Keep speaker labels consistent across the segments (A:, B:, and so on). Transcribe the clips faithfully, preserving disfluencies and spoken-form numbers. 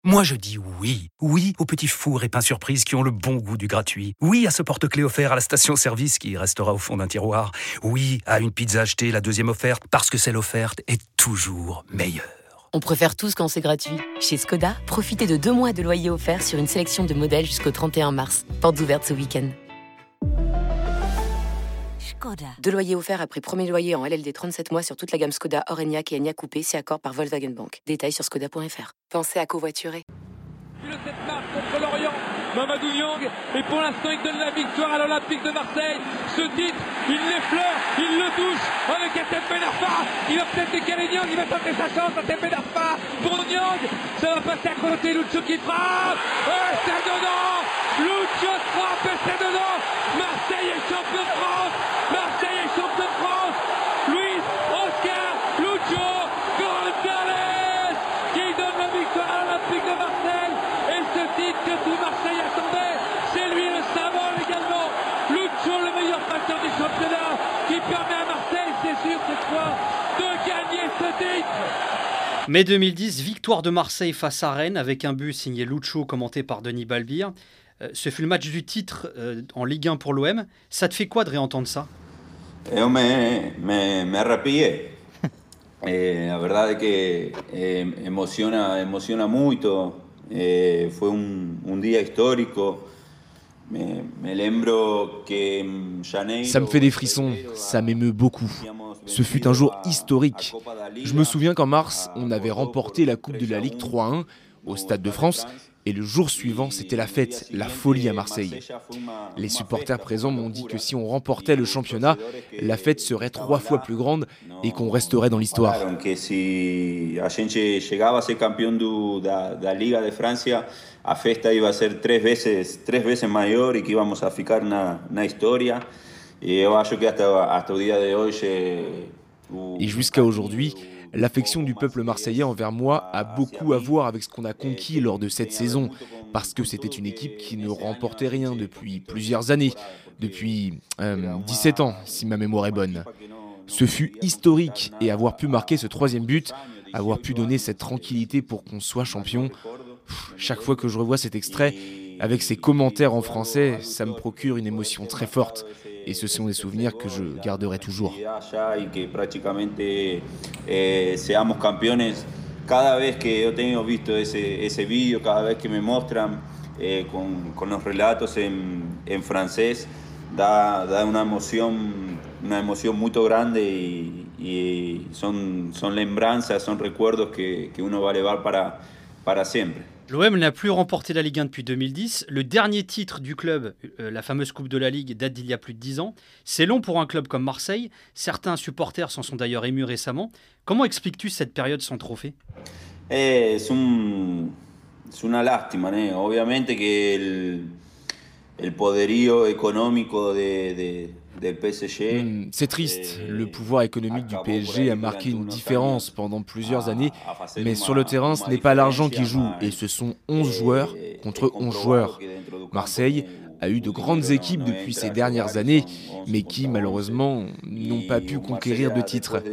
A: Moi je dis oui, oui aux petits fours et pains surprises qui ont le bon goût du gratuit. Oui à ce porte-clés offert à la station-service qui restera au fond d'un tiroir. Oui à une pizza achetée, la deuxième offerte, parce que celle offerte est toujours meilleure.
B: On préfère tous quand c'est gratuit. Chez Skoda, profitez de deux mois de loyer offert sur une sélection de modèles jusqu'au trente et un mars. Portes ouvertes ce week-end. Skoda. Deux loyers offerts après premier loyer en L L D trente-sept mois sur toute la gamme Skoda, Orenia et Enyaq Coupé, si accord par Volkswagen Bank. Détails sur skoda point f r. Pensez à covoiturer.
C: Le sept mars contre l'Orient, Mamadou Niang, et pour l'instant il donne la victoire à l'Olympique de Marseille. Ce titre, il l'effleure, il le touche avec Hatem Ben Arfa. Il va peut-être décaler Niang, il va tenter sa chance. Hatem Ben Arfa pour Niang, ça va passer à côté. Lucho qui frappe, et c'est dedans. Lucho frappe et c'est dedans. Marseille est champion de France. Marseille est champion de France. Luis Oscar Lucho González qui donne la victoire à l'Olympique de Marseille. Et ce titre que tout Marseille attendait, c'est lui le savant également. Lucho, le meilleur passeur du championnat, qui permet à Marseille, c'est sûr cette fois, de gagner ce titre.
D: mai deux mille dix, victoire de Marseille face à Rennes avec un but signé Lucho commenté par Denis Balbir. Euh, ce fut le match du titre euh, en Ligue un pour l'O M. Ça te fait quoi de réentendre ça?
E: Eu me, me, me arrepié. Eh, la verdad es que eh, emociona, emociona mucho. Eh, fue un, un día histórico. Me, me lembro que Janeiro,
F: ça me fait des frissons, ça m'émeut beaucoup. Ce fut un jour historique. Je me souviens qu'en mars, on avait remporté la Coupe de la Ligue trois à un au Stade de France. Et le jour suivant, c'était la fête, la folie à Marseille. Les supporters présents m'ont dit que si on remportait le championnat, la fête serait trois fois plus grande et qu'on resterait dans l'histoire.
E: Que si a gente chegava a ser campeão do, da, da Liga de Francia, a festa iba a ser três vezes, três vezes maior e que íbamos a ficar na, na história. E eu acho que hasta, hasta o dia de hoje...
F: Et jusqu'à aujourd'hui, l'affection du peuple marseillais envers moi a beaucoup à voir avec ce qu'on a conquis lors de cette saison, parce que c'était une équipe qui ne remportait rien depuis plusieurs années, depuis euh, dix-sept ans, si ma mémoire est bonne. Ce fut historique, et avoir pu marquer ce troisième but, avoir pu donner cette tranquillité pour qu'on soit champion, pff, chaque fois que je revois cet extrait, avec ces commentaires en français, ça me procure une émotion très forte. Et ce sont des souvenirs que je garderai toujours.
E: Cada vez que eu tenho visto esse esse vídeo, cada vez que me mostram eh, com com os relatos em em francês, dá dá uma emoção uma emoção muito grande e, e são são lembranças, são recuerdos que que uno vai levar para para sempre.
D: L'O M n'a plus remporté la Ligue un depuis deux mille dix. Le dernier titre du club, euh, la fameuse Coupe de la Ligue, date d'il y a plus de dix ans. C'est long pour un club comme Marseille. Certains supporters s'en sont d'ailleurs émus récemment. Comment expliques-tu cette période sans trophée?
E: Eh, es, un, es una lástima, ¿no? Obviamente que el, el poderío económico de, de, del P S G...
F: Mmh, c'est triste, le pouvoir économique du P S G a marqué une différence pendant plusieurs années, mais sur le terrain, ce n'est pas l'argent qui joue, et ce sont onze joueurs contre onze joueurs. Marseille a eu de grandes équipes depuis ces dernières années, mais qui malheureusement n'ont pas pu conquérir de titres.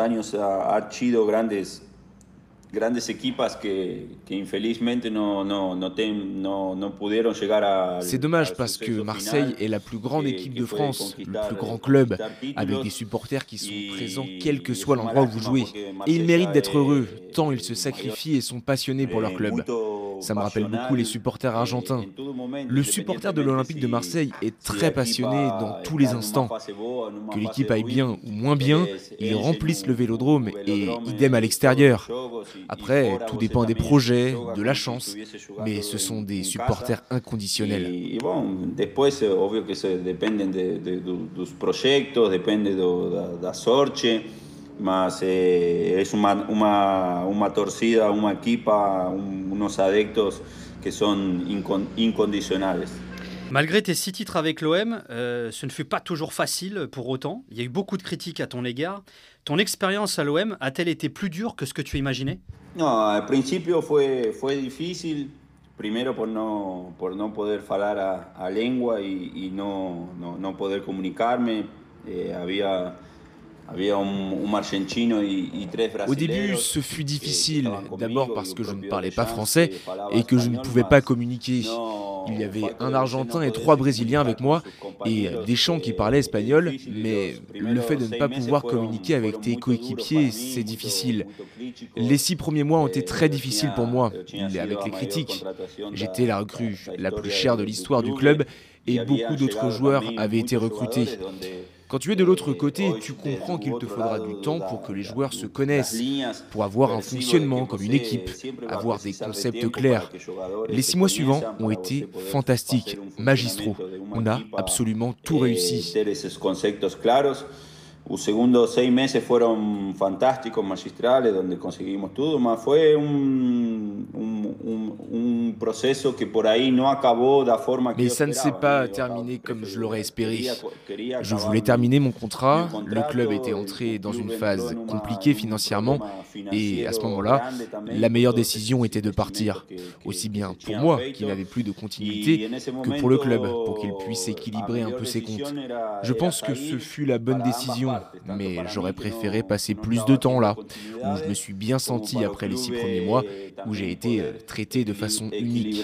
E: Grandes equipas que, que infelizmente no, no, no, ten, no, no pudieron llegar a...
F: C'est dommage parce que Marseille est la plus grande équipe de France, le plus grand club, avec des supporters qui sont présents quel que soit l'endroit où vous jouez. Et ils méritent d'être heureux, tant ils se sacrifient et sont passionnés pour leur club. Ça me rappelle beaucoup les supporters argentins. Le supporter de l'Olympique de Marseille est très passionné dans tous les instants. Que l'équipe aille bien ou moins bien, ils remplissent le vélodrome et idem à l'extérieur. Après, tout dépend des projets, de la chance, mais ce sont des supporters inconditionnels.
E: Et bon, después, obvio que ça dépend dos projetos, depende da sorte, mas é uma uma uma torcida, uma equipa, unos adeptos que sont incondicionales.
D: Malgré tes six titres avec l'O M, euh, ce ne fut pas toujours facile pour autant. Il y a eu beaucoup de critiques à ton égard. Ton expérience à l'O M a-t-elle été plus dure que ce que tu imaginais?
E: No, al principio fue, fue difícil, primero por no, por no poder falar a, a lengua y, y no, no, no poder comunicarme. Eh, había
F: Au début, ce fut difficile, d'abord parce que je ne parlais pas français et que je ne pouvais pas communiquer. Il y avait un Argentin et trois Brésiliens avec moi et Deschamps qui parlait espagnol, mais le fait de ne pas pouvoir communiquer avec tes coéquipiers, c'est difficile. Les six premiers mois ont été très difficiles pour moi, avec les critiques. J'étais la recrue la plus chère de l'histoire du club et beaucoup d'autres joueurs avaient été recrutés. Quand tu es de l'autre côté, tu comprends qu'il te faudra du temps pour que les joueurs se connaissent, pour avoir un fonctionnement comme une équipe, avoir des concepts clairs. Les six mois suivants ont été fantastiques, magistraux. On a absolument tout réussi.
E: Los segundos seis meses fueron fantásticos, magistrales, donde conseguimos todo, más fue un, un, un, un proceso que por ahí no acabó de la forma que
F: Mais ça ne s'est pas terminé comme je l'aurais espéré. Je voulais terminer mon contrat, le club était entré dans une phase compliquée financièrement et à ce moment-là, la meilleure décision était de partir, aussi bien pour moi qui n'avais plus de continuité que pour le club, pour qu'il puisse équilibrer un peu ses comptes. Je pense que ce fut la bonne décision. Mais j'aurais préféré passer plus de temps là, où je me suis bien senti après les six premiers mois, où j'ai été traité de façon unique.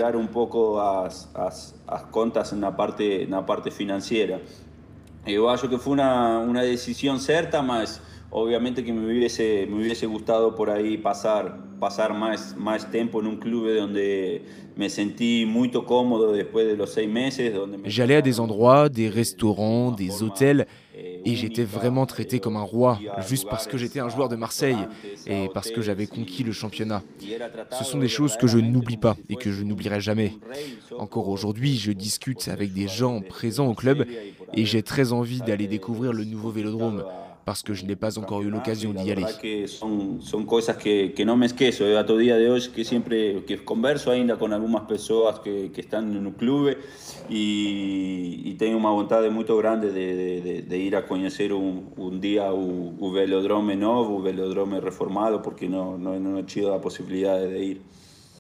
E: Eu acho que foi uma, uma decisão certa, mas obviamente que me hubiese, me hubiese gustado por ahí pasar, pasar más, más tiempo en un club donde me sentí muy cómodo después de los seis meses.
F: J'allais à des endroits, des restaurants, des hôtels, et j'étais vraiment traité comme un roi, juste parce que j'étais un joueur de Marseille et parce que j'avais conquis le championnat. Ce sont des choses que je n'oublie pas et que je n'oublierai jamais. Encore aujourd'hui, je discute avec des gens présents au club et j'ai très envie d'aller découvrir le nouveau Vélodrome, parce que je n'ai pas encore eu l'occasion d'y aller.
E: Son cosas que, que no me esqueço. Eu até o dia de hoje que sempre que converso ainda com algumas pessoas que, que estão no clube e, e tenho uma vontade muito grande de, de, de ir a conhecer um, um dia o, o Velodrome novo, o Velodrome reformado, porque não, não, não tive a possibilidade de ir.